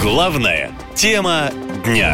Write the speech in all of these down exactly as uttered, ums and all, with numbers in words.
Главная тема дня.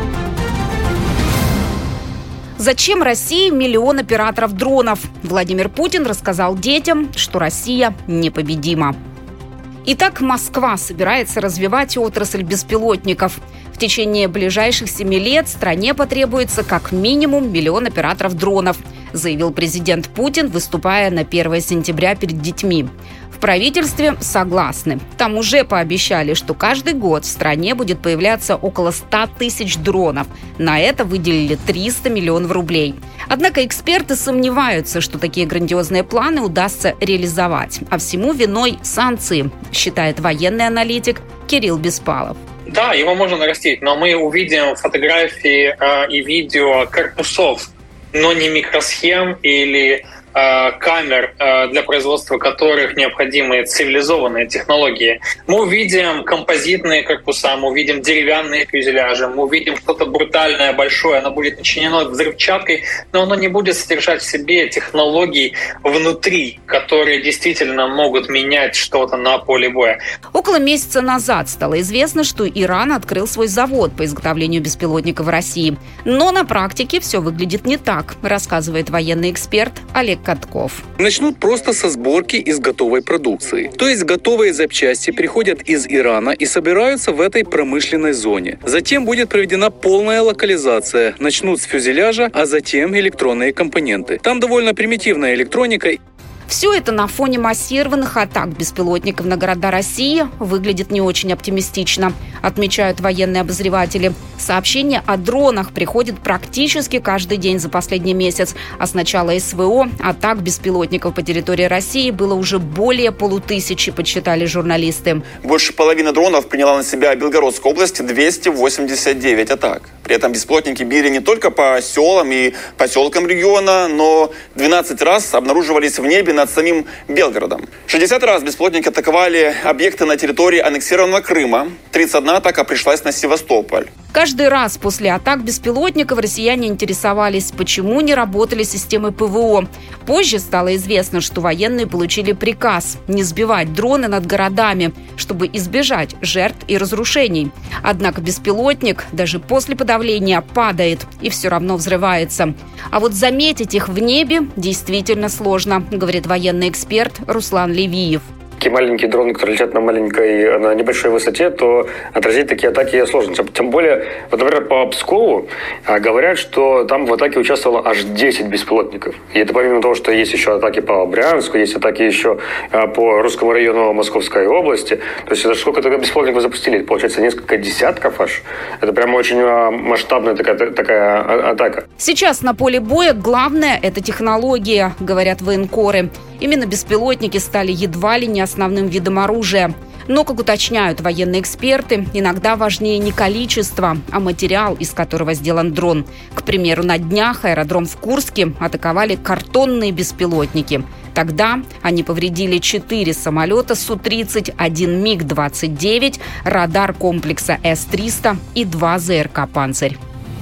Зачем России миллион операторов дронов? Владимир Путин рассказал детям, что Россия непобедима. Итак, Москва собирается развивать отрасль беспилотников. В течение ближайших семи лет стране потребуется как минимум миллион операторов дронов, заявил президент Путин, выступая на первое сентября перед детьми. В правительстве согласны. Там уже пообещали, что каждый год в стране будет появляться около ста тысяч дронов. На это выделили триста миллионов рублей. Однако эксперты сомневаются, что такие грандиозные планы удастся реализовать. А всему виной санкции, считает военный аналитик Кирилл Беспалов. Да, его можно нарастить, но мы увидим фотографии э, и видео корпусов, но не микросхем или э, камер, э, для производства которых необходимы цивилизованные технологии. Мы увидим композитные корпуса, мы увидим деревянные фюзеляжи, мы увидим что-то брутальное, большое, оно будет начинено взрывчаткой, но оно не будет содержать в себе технологий внутри, которые действительно могут менять что-то на поле боя. Около месяца назад стало известно, что Иран открыл свой завод по изготовлению беспилотников в России. Но на практике все выглядит не так, рассказывает военный эксперт Олег Катков. Начнут просто со сборки из готовой продукции. То есть готовые запчасти приходят из Ирана и собираются в этой промышленной зоне. Затем будет проведена полная локализация. Начнут с фюзеляжа, а затем электронные компоненты. Там довольно примитивная электроника. Все это на фоне массированных атак беспилотников на города России выглядит не очень оптимистично, отмечают военные обозреватели. Сообщения о дронах приходят практически каждый день за последний месяц, а с начала СВО атак беспилотников по территории России было уже более полутысячи, подсчитали журналисты. Больше половины дронов приняла на себя Белгородская область, двести восемьдесят девять атак. При этом беспилотники били не только по селам и поселкам региона, но двенадцать раз обнаруживались в небе над самим Белгородом. шестьдесят раз беспилотники атаковали объекты на территории аннексированного Крыма. тридцать одна атака пришлась на Севастополь. Каждый раз после атак беспилотников россияне интересовались, почему не работали системы ПВО. Позже стало известно, что военные получили приказ не сбивать дроны над городами, чтобы избежать жертв и разрушений. Однако беспилотник даже после подавления падает и все равно взрывается. А вот заметить их в небе действительно сложно, говорит военный эксперт Руслан Левиев. Такие маленькие дроны, которые летят на маленькой, на небольшой высоте, то отразить такие атаки сложно. Тем более, вот, например, по Пскову говорят, что там в атаке участвовало аж десять беспилотников. И это помимо того, что есть еще атаки по Брянску, есть атаки еще по Русскому району Московской области. То есть это сколько тогда беспилотников запустили? Получается, несколько десятков аж. Это прямо очень масштабная такая, такая атака. Сейчас на поле боя главное – это технология, говорят военкоры. Именно беспилотники стали едва ли не основным видом оружия. Но, как уточняют военные эксперты, иногда важнее не количество, а материал, из которого сделан дрон. К примеру, на днях аэродром в Курске атаковали картонные беспилотники. Тогда они повредили четыре самолета Су тридцать, один Миг двадцать девять, радар комплекса С триста и два ЗРК «Панцирь».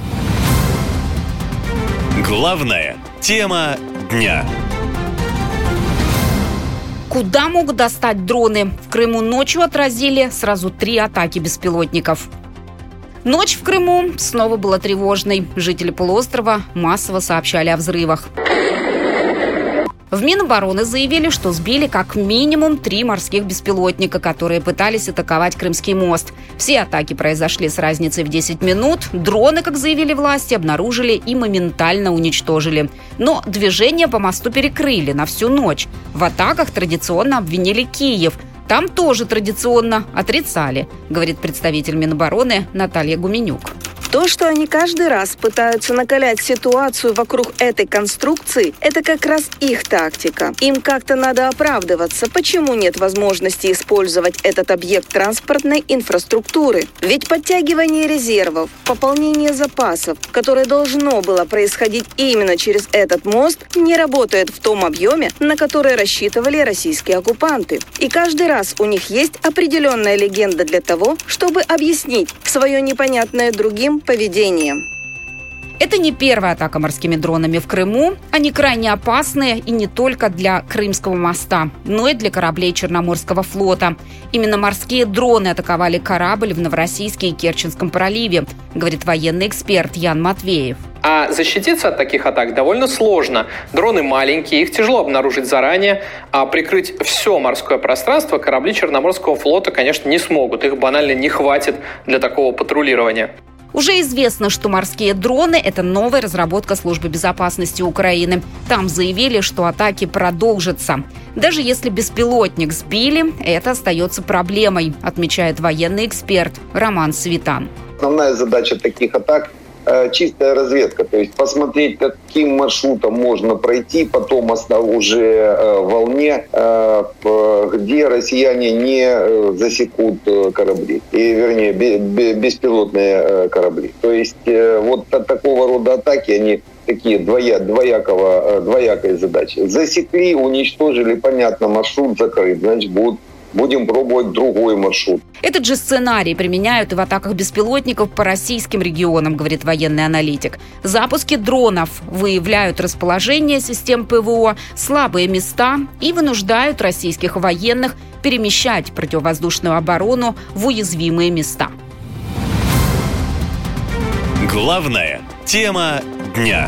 Главная тема дня. Куда могут достать дроны? В Крыму ночью отразили сразу три атаки беспилотников. Ночь в Крыму снова была тревожной. Жители полуострова массово сообщали о взрывах. В Минобороны заявили, что сбили как минимум три морских беспилотника, которые пытались атаковать Крымский мост. Все атаки произошли с разницей в десять минут. Дроны, как заявили власти, обнаружили и моментально уничтожили. Но движение по мосту перекрыли на всю ночь. В атаках традиционно обвинили Киев. Там тоже традиционно отрицали, говорит представитель Минобороны Наталья Гуменюк. То, что они каждый раз пытаются накалять ситуацию вокруг этой конструкции, это как раз их тактика. Им как-то надо оправдываться, почему нет возможности использовать этот объект транспортной инфраструктуры. Ведь подтягивание резервов, пополнение запасов, которое должно было происходить именно через этот мост, не работает в том объеме, на который рассчитывали российские оккупанты. И каждый раз у них есть определенная легенда для того, чтобы объяснить свое непонятное другим поведением. Это не первая атака морскими дронами в Крыму. Они крайне опасны и не только для Крымского моста, но и для кораблей Черноморского флота. Именно морские дроны атаковали корабль в Новороссийске и Керченском проливе, говорит военный эксперт Ян Матвеев. А защититься от таких атак довольно сложно. Дроны маленькие, их тяжело обнаружить заранее, а прикрыть все морское пространство корабли Черноморского флота, конечно, не смогут. Их банально не хватит для такого патрулирования. Уже известно, что морские дроны – это новая разработка Службы безопасности Украины. Там заявили, что атаки продолжатся. Даже если беспилотник сбили, это остается проблемой, отмечает военный эксперт Роман Светан. Основная задача таких атак – чистая разведка, то есть посмотреть, каким маршрутом можно пройти, потом уже в волне, где россияне не засекут корабли, и, вернее, беспилотные корабли. То есть вот такого рода атаки, они такие двоя, двоякого, двоякой задачи. Засекли, уничтожили, понятно, маршрут закрыт, значит, будут Будем пробовать другой маршрут. Этот же сценарий применяют и в атаках беспилотников по российским регионам, говорит военный аналитик. Запуски дронов выявляют расположение систем ПВО, слабые места и вынуждают российских военных перемещать противовоздушную оборону в уязвимые места. Главная тема дня.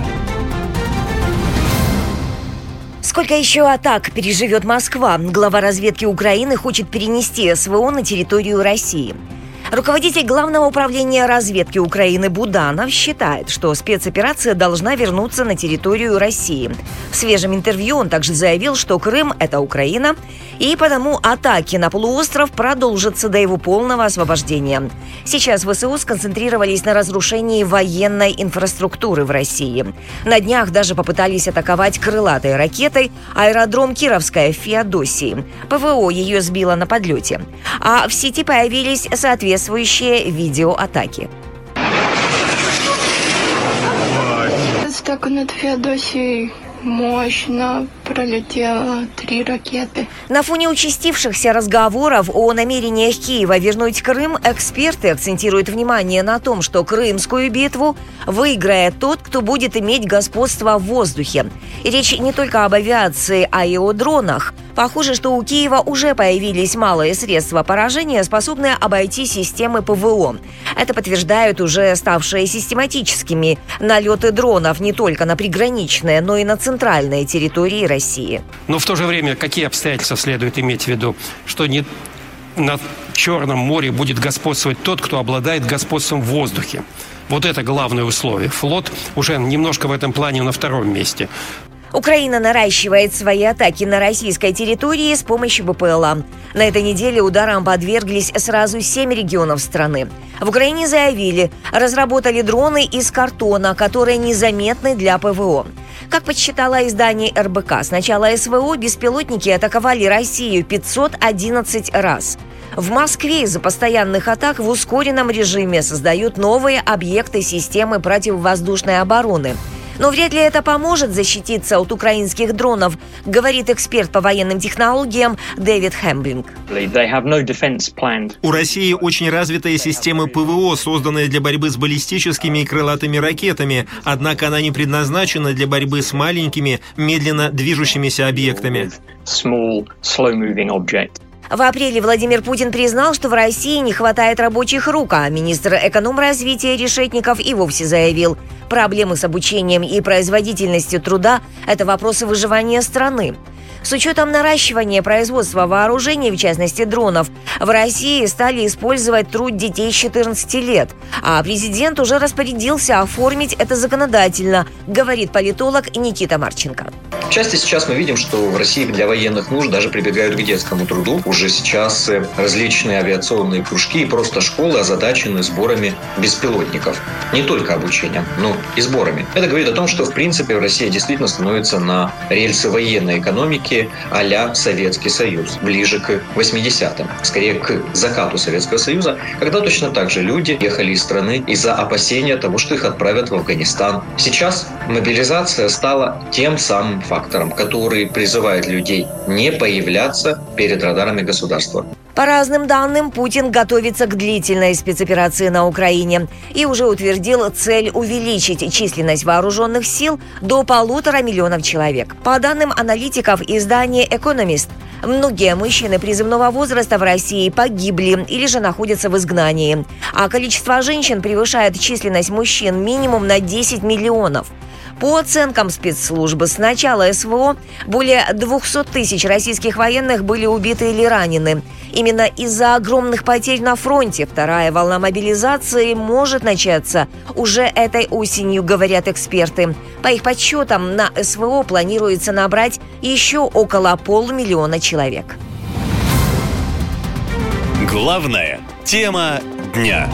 Сколько еще атак переживет Москва? Глава разведки Украины хочет перенести СВО на территорию России. Руководитель Главного управления разведки Украины Буданов считает, что спецоперация должна вернуться на территорию России. В свежем интервью он также заявил, что Крым – это Украина, и потому атаки на полуостров продолжатся до его полного освобождения. Сейчас ВСУ сконцентрировались на разрушении военной инфраструктуры в России. На днях даже попытались атаковать крылатой ракетой аэродром Кировская в Феодосии. ПВО ее сбило на подлете. А в сети появились соответствующие видеоатаки. Так над Феодосией мощно пролетело три ракеты. На фоне участившихся разговоров о намерениях Киева вернуть Крым, эксперты акцентируют внимание на том, что Крымскую битву выиграет тот, кто будет иметь господство в воздухе. И речь не только об авиации, а и о дронах. Похоже, что у Киева уже появились малые средства поражения, способные обойти системы ПВО. Это подтверждают уже ставшие систематическими налеты дронов не только на приграничные, но и на центральные территории России. Но в то же время какие обстоятельства следует иметь в виду? Что не на Черном море будет господствовать тот, кто обладает господством в воздухе. Вот это главное условие. Флот уже немножко в этом плане на втором месте. Украина наращивает свои атаки на российской территории с помощью БПЛА. На этой неделе ударам подверглись сразу семь регионов страны. В Украине заявили, разработали дроны из картона, которые незаметны для ПВО. Как подсчитало издание эр бэ ка, с начала СВО беспилотники атаковали Россию пятьсот одиннадцать раз. В Москве из-за постоянных атак в ускоренном режиме создают новые объекты системы противовоздушной обороны. Но вряд ли это поможет защититься от украинских дронов, говорит эксперт по военным технологиям Дэвид Хэмблинг. У России очень развитая система ПВО, созданная для борьбы с баллистическими и крылатыми ракетами, однако она не предназначена для борьбы с маленькими, медленно движущимися объектами. В апреле Владимир Путин признал, что в России не хватает рабочих рук, а министр экономразвития Решетников и вовсе заявил, проблемы с обучением и производительностью труда – это вопросы выживания страны. С учетом наращивания производства вооружений, в частности дронов, в России стали использовать труд детей с четырнадцати лет. А президент уже распорядился оформить это законодательно, говорит политолог Никита Марченко. В части сейчас мы видим, что в России для военных нужд даже прибегают к детскому труду. Уже сейчас различные авиационные кружки и просто школы озадачены сборами беспилотников. Не только обучением, но и сборами. Это говорит о том, что в принципе Россия действительно становится на рельсы военной экономики а-ля Советский Союз, ближе к восьмидесятым, скорее к закату Советского Союза, когда точно так же люди ехали из страны из-за опасения того, что их отправят в Афганистан. Сейчас мобилизация стала тем самым фактором, который призывает людей не появляться перед радарами государства. По разным данным, Путин готовится к длительной спецоперации на Украине и уже утвердил цель увеличить численность вооруженных сил до полутора миллионов человек. По данным аналитиков издания «Экономист», многие мужчины призывного возраста в России погибли или же находятся в изгнании, а количество женщин превышает численность мужчин минимум на десять миллионов. По оценкам спецслужбы, с начала СВО более двести тысяч российских военных были убиты или ранены. Именно из-за огромных потерь на фронте вторая волна мобилизации может начаться уже этой осенью, говорят эксперты. По их подсчетам, на СВО планируется набрать еще около полмиллиона человек. Главная тема дня.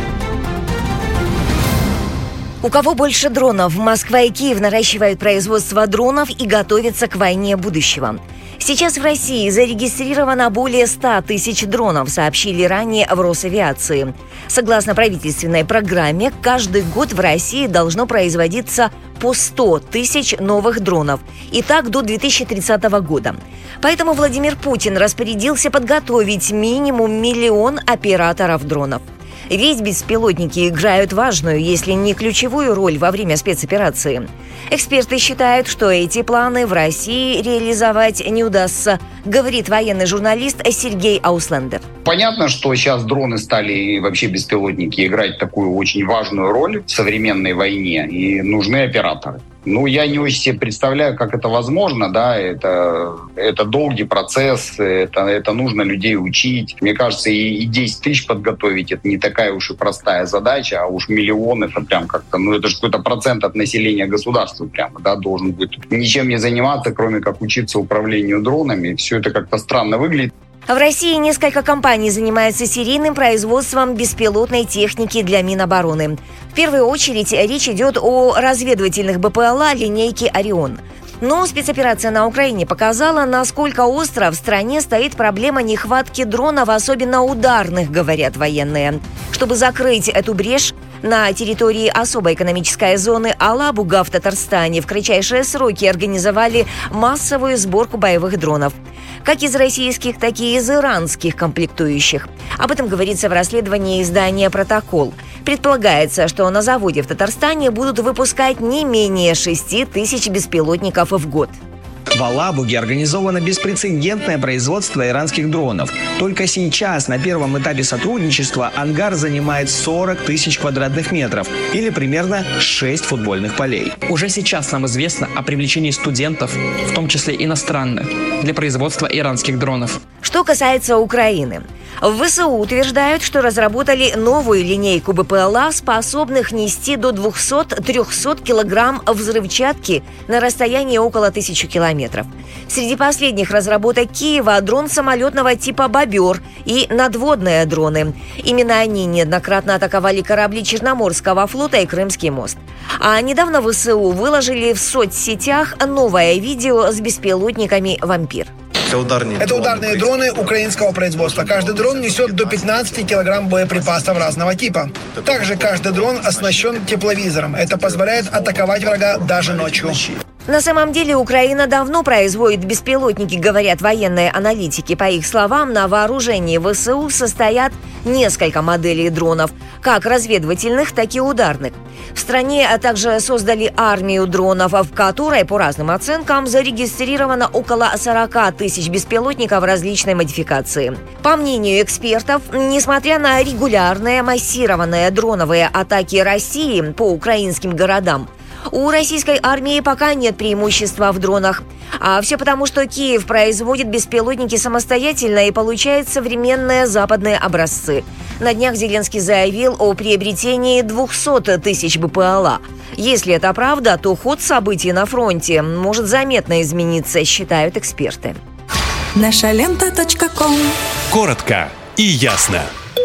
У кого больше дронов? Москва и Киев наращивают производство дронов и готовятся к войне будущего. Сейчас в России зарегистрировано более ста тысяч дронов, сообщили ранее в Росавиации. Согласно правительственной программе, каждый год в России должно производиться по сто тысяч новых дронов. И так до две тысячи тридцатого года. Поэтому Владимир Путин распорядился подготовить минимум миллион операторов дронов. Ведь беспилотники играют важную, если не ключевую роль во время спецоперации. Эксперты считают, что эти планы в России реализовать не удастся, говорит военный журналист Сергей Ауслендер. Понятно, что сейчас дроны стали и вообще беспилотники играть такую очень важную роль в современной войне, и нужны операторы. Ну, я не очень себе представляю, как это возможно, да, это, это долгий процесс, это, это нужно людей учить. Мне кажется, и, и десять тысяч подготовить, это не такая уж и простая задача, а уж миллион, это прям как-то, ну, это же какой-то процент от населения государства прямо, да, должен быть. Ничем не заниматься, кроме как учиться управлению дронами, все это как-то странно выглядит. В России несколько компаний занимаются серийным производством беспилотной техники для Минобороны. В первую очередь речь идет о разведывательных БПЛА линейки «Орион». Но спецоперация на Украине показала, насколько остро в стране стоит проблема нехватки дронов, особенно ударных, говорят военные. Чтобы закрыть эту брешь, на территории особой экономической зоны Алабуга в Татарстане в кратчайшие сроки организовали массовую сборку боевых дронов. Как из российских, так и из иранских комплектующих. Об этом говорится в расследовании издания «Протокол». Предполагается, что на заводе в Татарстане будут выпускать не менее шести тысяч беспилотников в год. В Алабуге организовано беспрецедентное производство иранских дронов. Только сейчас, на первом этапе сотрудничества, ангар занимает сорок тысяч квадратных метров, или примерно шесть футбольных полей. Уже сейчас нам известно о привлечении студентов, в том числе иностранных, для производства иранских дронов. Что касается Украины. В ВСУ утверждают, что разработали новую линейку БПЛА, способных нести до двухсот-трехсот килограмм взрывчатки на расстоянии около тысячи километров. Среди последних разработок Киева дрон самолетного типа «Бобер» и надводные дроны. Именно они неоднократно атаковали корабли Черноморского флота и Крымский мост. А недавно ВСУ выложили в соцсетях новое видео с беспилотниками «Вампир». Это ударные, Это ударные дроны украинского производства. Каждый дрон несет до пятнадцати килограмм боеприпасов разного типа. Также каждый дрон оснащен тепловизором. Это позволяет атаковать врага даже ночью. На самом деле Украина давно производит беспилотники, говорят военные аналитики. По их словам, на вооружении ВСУ состоят несколько моделей дронов, как разведывательных, так и ударных. В стране также создали армию дронов, в которой, по разным оценкам, зарегистрировано около сорока тысяч беспилотников различной модификации. По мнению экспертов, несмотря на регулярные массированные дроновые атаки России по украинским городам, у российской армии пока нет преимущества в дронах. А все потому, что Киев производит беспилотники самостоятельно и получает современные западные образцы. На днях Зеленский заявил о приобретении двухсот тысяч БПЛА. Если это правда, то ход событий на фронте может заметно измениться, считают эксперты. наша лента точка ком. Коротко и ясно.